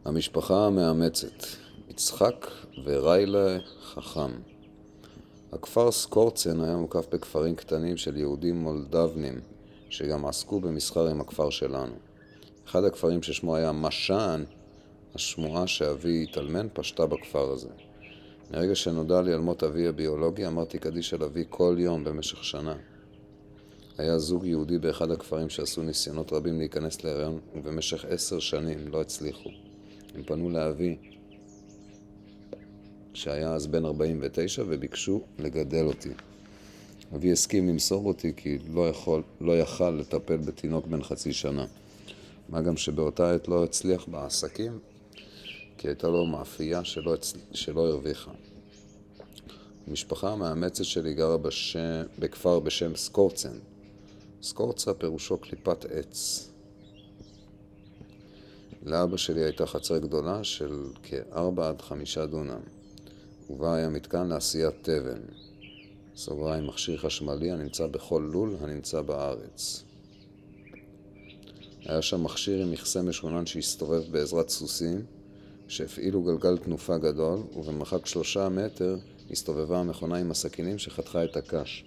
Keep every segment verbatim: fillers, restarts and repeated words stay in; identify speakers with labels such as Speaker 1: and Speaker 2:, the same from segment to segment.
Speaker 1: המשפחה המאמצת, יצחק וריילה חכם. הכפר סקורצן היה מוקף בכפרים קטנים של יהודים מולדבנים, שגם עסקו במסחר עם הכפר שלנו. אחד הכפרים ששמו היה משען, השמועה שאבי התאלמן פשטה בכפר הזה. מרגע שנודע לי על מות אבי הביולוגי, אמרתי קדיש על אבי כל יום במשך שנה. היה זוג יהודי באחד הכפרים שעשו ניסיונות רבים להיכנס להיריון, ובמשך עשר שנים לא הצליחו. הם פנו לאבי, שהיה אז בן ארבעים ותשע, וביקשו לגדל אותי. אבי הסכים למסור אותי כי לא יכול, לא יכל לטפל בתינוק בן חצי שנה. מה גם שבאותה עת לא הצליח בעסקים, כי הייתה לו מאפייה שלא, שלא הרוויחה. המשפחה המאמצת שלי גרה בשם, בכפר בשם סקורצן. סקורצה פירושו קליפת עץ. לאבא שלי הייתה חצר גדולה של כארבע עד חמישה דונם, ובה היה מתקן לעשיית תבן, סוגריים מכשיר חשמלי הנמצא בכל לול הנמצא בארץ. היה שם מכשיר עם מכסה משונן שהסתובב בעזרת סוסים, שהפעילו גלגל תנופה גדול, ובמרחק שלושה מטר הסתובבה המכונה עם הסכינים שחתכה את הקש.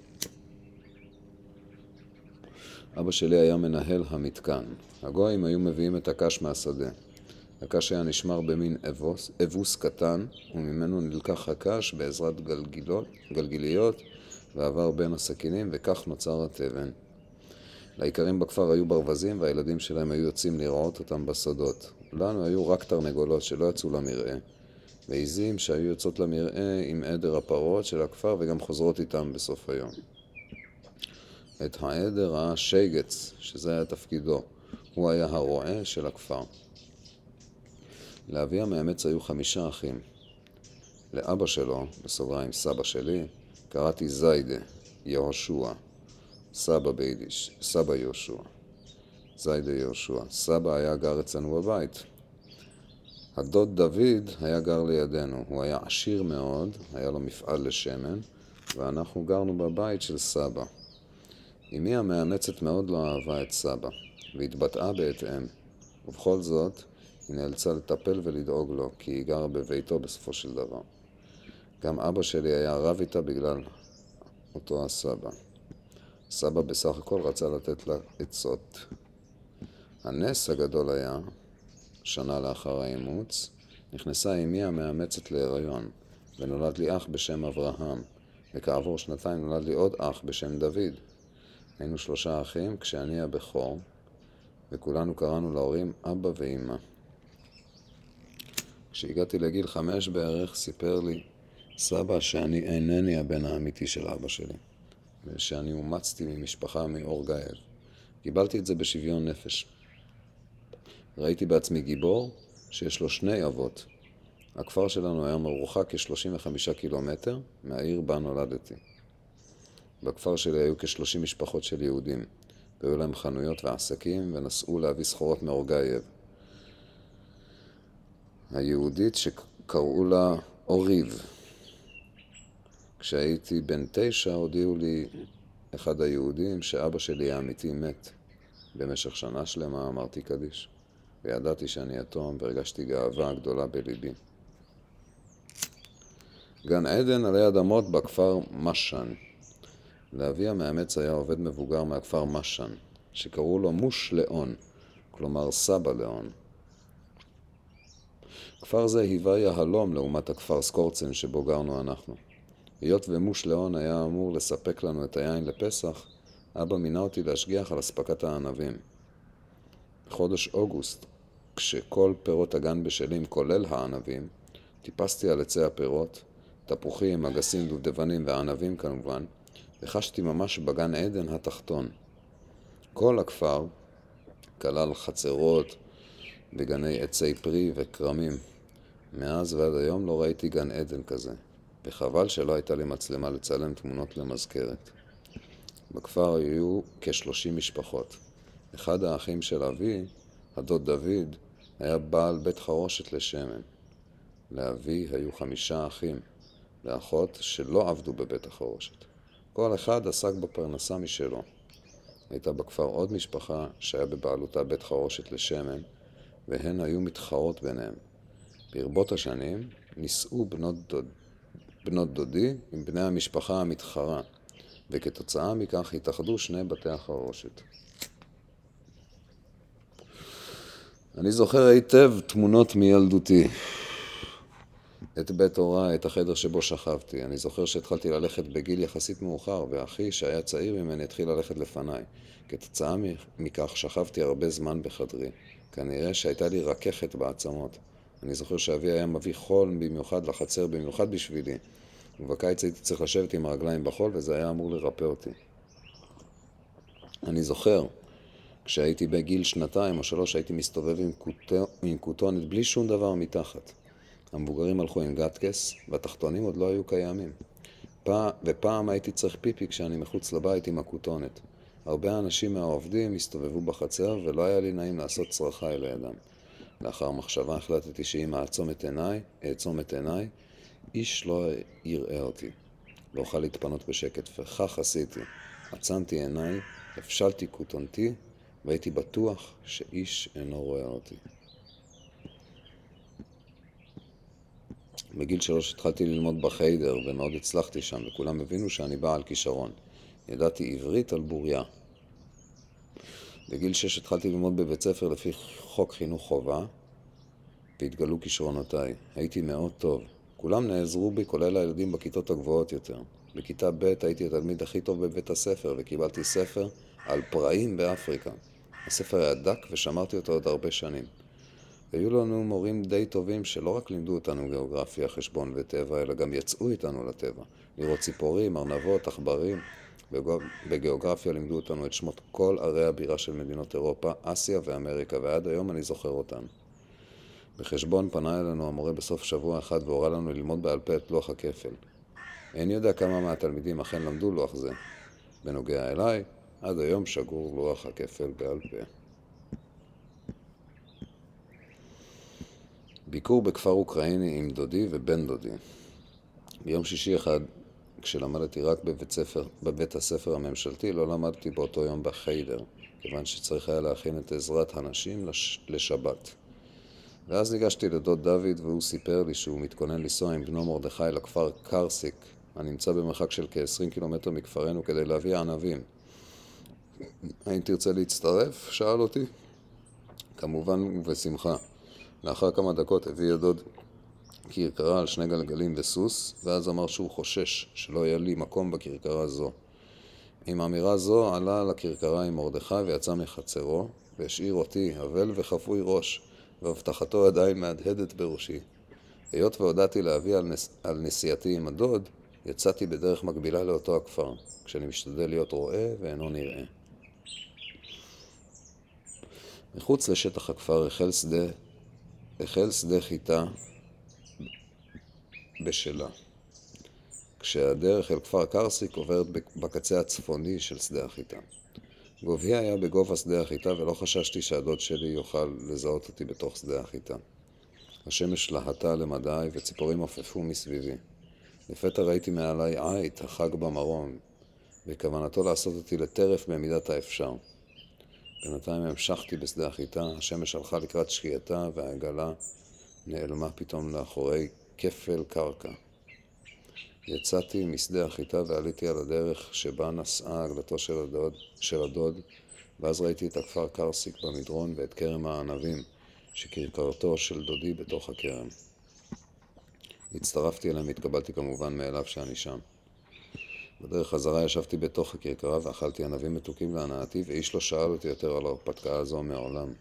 Speaker 1: אבא שלי היה מנהל המתקן. הגויים היו מביאים את הקש מהשדה. הקש היה נשמר במין אבוס, אבוס קטן, וממנו נלקח הקש בעזרת גלגילות, גלגיליות, ועבר בין הסכינים, וכך נוצר התבן. לעיקרים בכפר היו ברווזים, והילדים שלהם היו יוצאים לראות אותם בשדות. לנו היו רק תרנגולות שלא יצאו למרעה, ועיזים שהיו יוצאות למרעה עם עדר הפרות של הכפר, וגם חוזרות איתם בסוף היום. את העדר ראה שייגץ, שזה היה תפקידו. הוא היה הרועה של הכפר. לאבי המאמץ היו חמישה אחים. לאבא שלו, בסוגריים סבא שלי, קראתי זיידה, יהושע. סבא ביידיש, סבא יהושע. זיידה יהושע. סבא היה גר אצלנו בבית. הדוד דוד היה גר לידינו. הוא היה עשיר מאוד, היה לו מפעל לשמן, ואנחנו גרנו בבית של סבא. אמי המאמצת מאוד לא אהבה את סבא, והתבטאה בהתאם, ובכל זאת היא נאלצה לטפל ולדאוג לו, כי היא גרה בביתו בסופו של דבר. גם אבא שלי היה רב איתה בגלל אותו הסבא. סבא בסך הכל רצה לתת לה עצות. הנס הגדול היה, שנה לאחר האימוץ, נכנסה אמי המאמצת להיריון, ונולד לי אח בשם אברהם, וכעבור שנתיים נולד לי עוד אח בשם דוד. היינו שלושה אחים, כשאני הבכור, וכולנו קראנו להורים אבא ואמא. כשהגעתי לגיל חמש בערך, סיפר לי סבא שאני אינני הבן האמיתי של אבא שלי, ושאני אומצתי ממשפחה מאור גאב. קיבלתי את זה בשוויון נפש. ראיתי בעצמי גיבור שיש לו שני אבות. הכפר שלנו היה מרוחק כ-שלושים וחמישה קילומטר מהעיר בה נולדתי. בכפר שלי היו כ-שלושים משפחות של יהודים, והיו להם חנויות ועסקים, ונסעו להביא סחורות מאור גאב. היהודית שקראו לה אוריב. כשהייתי בן תשע הודיעו לי אחד היהודים שאבא שלי האמיתי מת. במשך שנה שלמה אמרתי קדיש, וידעתי שאני יתום, והרגשתי גאווה גדולה בליבי. גן עדן עלי אדמות בכפר משען. לאבי המאמץ היה עובד מבוגר מהכפר משען, שקראו לו מוש לאון, כלומר סבא לאון. כפר זה היווה יהלום לעומת הכפר סקורצן שבו גרנו אנחנו. היות ומוש לאון היה אמור לספק לנו את היין לפסח, אבא מינה אותי להשגיח על אספקת הענבים. בחודש אוגוסט, כשכל פירות הגן בשלים כולל הענבים, טיפסתי על עצי הפירות, תפוחים, אגסים, דובדבנים וענבים כמובן, וחשתי ממש בגן עדן התחתון. כל הכפר כלל חצרות וגני עצי פרי וקרמים. מאז ועד היום לא ראיתי גן עדן כזה, וחבל שלא הייתה לי מצלמה לצלם תמונות למזכרת. בכפר היו כ-שלושים משפחות. אחד האחים של אבי, הדוד דוד, היה בעל בית חרושת לשמן. לאבי היו חמישה אחים ואחות שלא עבדו בבית החרושת. כל אחד עסק בפרנסה משלו. הייתה בכפר עוד משפחה שהיה בבעלותה בית חרושת לשמן, והן היו מתחרות ביניהם. ברבות השנים נישאו בנות, דוד, בנות דודי עם בני המשפחה המתחרה, וכתוצאה מכך התאחדו שני בתי החרושת. אני זוכר היטב תמונות מילדותי. את בית הוריי, את החדר שבו שכבתי. אני זוכר שהתחלתי ללכת בגיל יחסית מאוחר, ואחי שהיה צעיר ממני התחיל ללכת לפניי. כתוצאה מכך שכבתי הרבה זמן בחדרי. כנראה שהייתה לי רככת בעצמות. אני זוכר שאבי היה מביא חול במיוחד לחצר, במיוחד בשבילי. ובקיץ הייתי צריך לשבת עם הרגליים בחול, וזה היה אמור לרפא אותי. אני זוכר, כשהייתי בגיל שנתיים או שלוש, הייתי מסתובב עם, כותו, עם כותונת בלי שום דבר מתחת. המבוגרים הלכו עם גטקס, והתחתונים עוד לא היו קיימים. פע... ופעם הייתי צריך פיפי כשאני מחוץ לבית עם הכותונת. הרבה אנשים מהעובדים הסתובבו בחצר, ולא היה לי נעים לעשות צרכה אל הידם. לאחר מחשבה החלטתי שאם אעצום את עיניי, אעצום את עיניי, איש לא יראה אותי. לא אוכל להתפנות בשקט, וכך עשיתי. עצמתי עיניי, הפשלתי כותונתי, והייתי בטוח שאיש אינו רואה אותי. בגיל שלוש התחלתי ללמוד בחיידר, ומאוד הצלחתי שם, וכולם הבינו שאני בעל כישרון. ידעתי עברית על בוריה. בגיל שש התחלתי ללמוד בבית ספר לפי חוק חינוך חובה, והתגלו כישרונותיי. הייתי מאוד טוב. כולם נעזרו בי, כולל הילדים בכיתות הגבוהות יותר. בכיתה ב' הייתי התלמיד הכי טוב בבית הספר, וקיבלתי ספר על פראים באפריקה. הספר היה דק ושמרתי אותו עוד הרבה שנים. היו לנו מורים די טובים שלא רק לימדו אותנו גיאוגרפיה, חשבון וטבע, אלא גם יצאו איתנו לטבע. לראות ציפורים, ארנבות, עכברים. בגיאוגרפיה לימדו אותנו את שמות כל ערי הבירה של מדינות אירופה, אסיה ואמריקה, ועד היום אני זוכר אותן. בחשבון פנה אלינו המורה בסוף שבוע אחד והורה לנו ללמוד בעל פה את לוח הכפל. אין יודע כמה מהתלמידים אכן למדו לוח זה. בנוגע אליי, עד היום שגור לוח הכפל בעל פה. ביקור בכפר אוקראיני עם דודי ובן דודי. ביום שישי אחד, כשלמדתי רק בבית, ספר, בבית הספר הממשלתי, לא למדתי באותו יום בחיידר, כיוון שצריך היה להכין את עזרת הנשים לש... לשבת. ואז ניגשתי לדוד דוד, והוא סיפר לי שהוא מתכונן לנסוע עם בנו מרדכי לכפר קרסיק, הנמצא במרחק של כ-עשרים קילומטר מכפרנו, כדי להביא ענבים. האם תרצה להצטרף? שאל אותי. כמובן ובשמחה. לאחר כמה דקות הביא הדוד כרכרה על שני גלגלים וסוס, ואז אמר שהוא חושש שלא יהיה לי מקום בכרכרה זו. עם אמירה זו עלה על הכרכרה עם מרדכי ויצא מחצרו, והשאיר אותי אבל וחפוי ראש, והבטחתו עדיין מהדהדת בראשי. היות והודעתי להביא על, נס... על נסיעתי עם הדוד, יצאתי בדרך מקבילה לאותו הכפר, כשאני משתדל להיות רואה ואינו נראה. מחוץ לשטח הכפר החל שדה, החל שדה חיטה בשלה, כשהדרך אל כפר קרסיק עוברת בקצה הצפוני של שדה החיטה. גובי היה בגובה שדה החיטה, ולא חששתי שהדוד שלי יוכל לזהות אותי בתוך שדה החיטה. השמש להטה למדי וציפורים עופפו מסביבי. לפתע ראיתי מעליי עית החג במרום, וכוונתו לעשות אותי לטרף במידת האפשר. בינתיים המשכתי בשדה החיטה, השמש הלכה לקראת שקיעתה, והעגלה נעלמה פתאום לאחורי כפל קרקע. יצאתי משדה החיטה ועליתי על הדרך שבה נסעה עגלתו של הדוד, של הדוד, ואז ראיתי את הכפר קרסיק במדרון ואת כרם הענבים שכרכרתו של דודי בתוך הכרם. הצטרפתי אליהם והתקבלתי כמובן מאליו שאני שם. בדרך חזרה ישבתי בתוך הכרכרה ואכלתי ענבים מתוקים להנאתי, ואיש לא שאל אותי יותר על ההרפתקה הזו מעולם.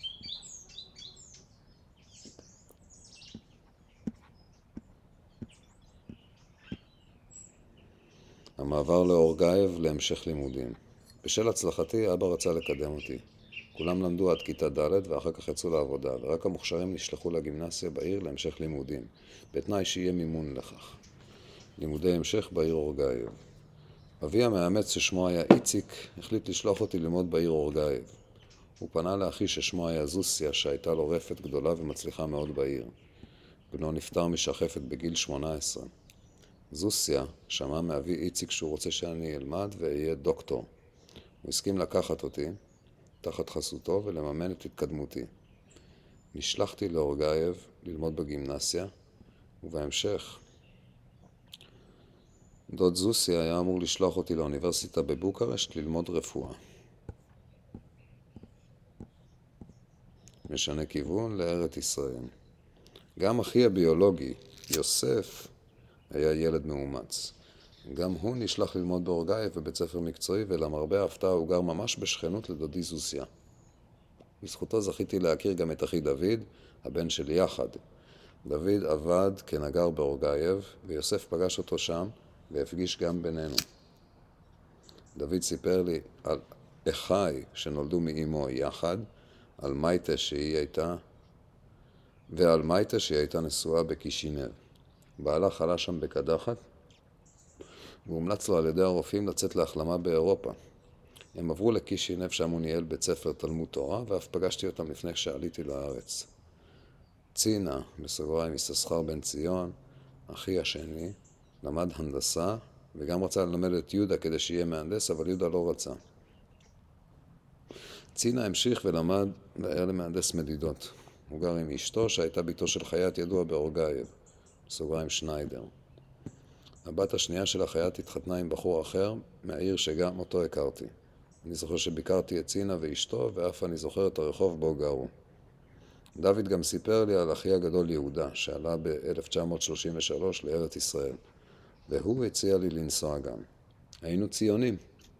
Speaker 1: המעבר לאורגייב להמשך לימודים. בשל הצלחתי, אבא רצה לקדם אותי. כולם למדו עד כיתה ד' ואחר כך יצאו לעבודה, ורק המוכשרים נשלחו לגימנסיה בעיר להמשך לימודים, בתנאי שיהיה מימון לכך. לימודי המשך בעיר אורגייב. אבי המאמץ ששמו היה איציק החליט לשלוח אותי ללמוד בעיר אורגייב. הוא פנה לאחי ששמו היה זוסיה, שהייתה לו רפת גדולה ומצליחה מאוד בעיר. בנו נפטר משחפת בגיל שמונה עשרה. זוסיה שמע מאבי איציק שהוא רוצה שאני אלמד ואהיה דוקטור. הוא הסכים לקחת אותי תחת חסותו ולממן את התקדמותי. נשלחתי לאורגייב ללמוד בגימנסיה, ובהמשך דוד זוסי היה אמור לשלוח אותי לאוניברסיטה בבוקרשט ללמוד רפואה. משנה כיוון לארץ ישראל. גם אחי הביולוגי, יוסף, היה ילד מאומץ. גם הוא נשלח ללמוד באורגייב בבית ספר מקצועי, ולמרבה ההפתעה הוא גר ממש בשכנות לדודי זוסיה. בזכותו זכיתי להכיר גם את אחי דוד, הבן שלי יחד. דוד עבד כנגר באורגייב, ויוסף פגש אותו שם, והפגיש גם בינינו. דוד סיפר לי על אחי שנולדו מאמו יחד, על מייטה שהיא הייתה, ועל מייטה שהיא הייתה נשואה בקישינב. בעלה חלה שם בקדחת, והומלץ לו על ידי הרופאים לצאת להחלמה באירופה. הם עברו לקישינב, שם הוא ניהל בית ספר תלמוד תורה, ואף פגשתי אותם לפני שעליתי לארץ. צינה, בסוגריים יששכר בן ציון, אחי השני, למד הנדסה, וגם רצה ללמד את יהודה כדי שיהיה מהנדס, אבל יהודה לא רצה. צינה המשיך ולמד והיה למהנדס מדידות. הוא גר עם אשתו שהייתה ביתו של חייט ידוע באורגייב, בסוגריים שניידר. הבת השנייה של החייט התחתנה עם בחור אחר מהעיר שגם אותו הכרתי. אני זוכר שביקרתי את צינה ואשתו, ואף אני זוכר את הרחוב בו גרו. דוד גם סיפר לי על אחי הגדול יהודה, שעלה ב-אלף תשע מאות שלושים ושלוש לארץ ישראל, והוא הציע לי לנסוע גם. היינו ציונים.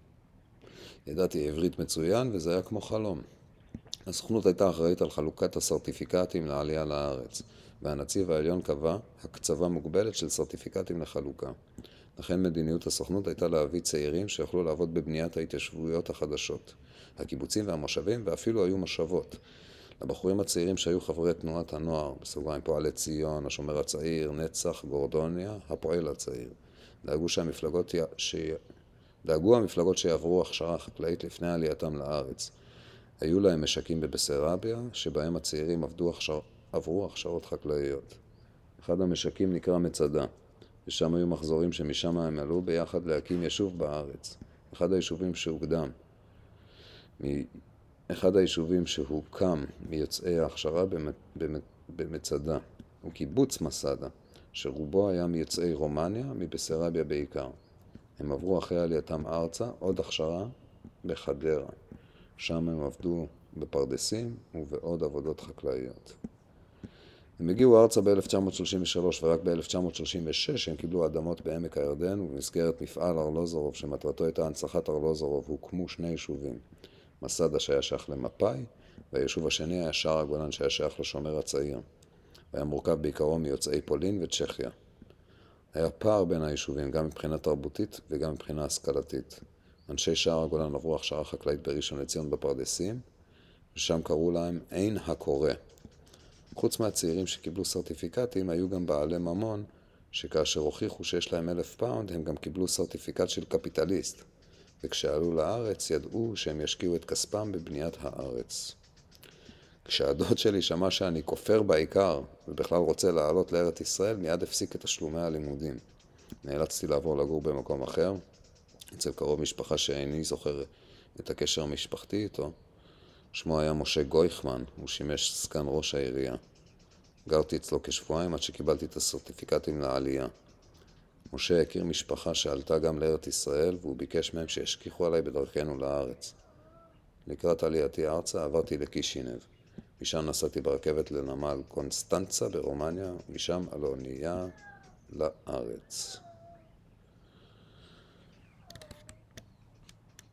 Speaker 1: ידעתי עברית מצוין, וזה היה כמו חלום. הסוכנות הייתה אחראית על חלוקת הסרטיפיקטים לעלייה לארץ, והנציב העליון קבע הקצבה מוגבלת של סרטיפיקטים לחלוקה. לכן מדיניות הסוכנות הייתה להביא צעירים שיוכלו לעבוד בבניית ההתיישבויות החדשות, הקיבוצים והמושבים, ואפילו היו מושבות. לבחורים הצעירים שהיו חברי תנועת הנוער, בסוגריים פועלי ציון, השומר הצעיר, נצח, גורדוניה, הפועל הצעיר. דאגו שהמפלגות ש... דאגו המפלגות שיעברו הכשרה חקלאית לפני עלייתם לארץ. היו להם משקים בבסרביה, שבהם הצעירים עבדו הכשר... עברו הכשרות חקלאיות. אחד המשקים נקרא מצדה, ושם היו מחזורים שמשם הם עלו ביחד להקים יישוב בארץ. אחד היישובים שהוקדם, מ... אחד היישובים שהוקם מיוצאי ההכשרה במצדה, הוא קיבוץ מסדה, שרובו היה מיוצאי רומניה, מבסרביה בעיקר. הם עברו אחרי עלייתם ארצה עוד הכשרה בחדרה. שם הם עבדו בפרדסים ובעוד עבודות חקלאיות. הם הגיעו ארצה ב-אלף תשע מאות שלושים ושלוש, ורק ב-אלף תשע מאות שלושים ושש הם קיבלו אדמות בעמק הירדן, ובמסגרת מפעל ארלוזורוב, שמטרתו הייתה הנצחת ארלוזורוב, הוקמו שני יישובים. מסדה שהיה שייך למפאי, והיישוב השני היה שער הגולן שהיה שייך לשומר הצעיר. היה מורכב בעיקרו מיוצאי פולין וצ'כיה. היה פער בין היישובים, גם מבחינה תרבותית וגם מבחינה השכלתית. אנשי שער הגולן עברו הכשרה חקלאית בראשון לציון בפרדסים, ושם קראו להם עין הקורא. חוץ מהצעירים שקיבלו סרטיפיקטים, היו גם בעלי ממון, שכאשר הוכיחו שיש להם אלף פאונד, הם גם קיבלו סרטיפיקט של קפיטליסט. וכשעלו לארץ, ידעו שהם ישקיעו את כספם בבניית הארץ. כשהדוד שלי שמע שאני כופר בעיקר, ובכלל רוצה לעלות לארץ ישראל, מיד הפסיק את תשלומי הלימודים. נאלצתי לעבור לגור במקום אחר, אצל קרוב משפחה שאיני זוכר את הקשר המשפחתי איתו. שמו היה משה גויכמן, הוא שימש סגן ראש העירייה. גרתי אצלו כשבועיים עד שקיבלתי את הסרטיפיקטים לעלייה. משה הכיר משפחה שעלתה גם לארץ ישראל, והוא ביקש מהם שישכיחו עליי בדרכנו לארץ. לקראת עלייתי ארצה עברתי לקישינב. משם נסעתי ברכבת לנמל קונסטנצה ברומניה, ומשם על האונייה לארץ.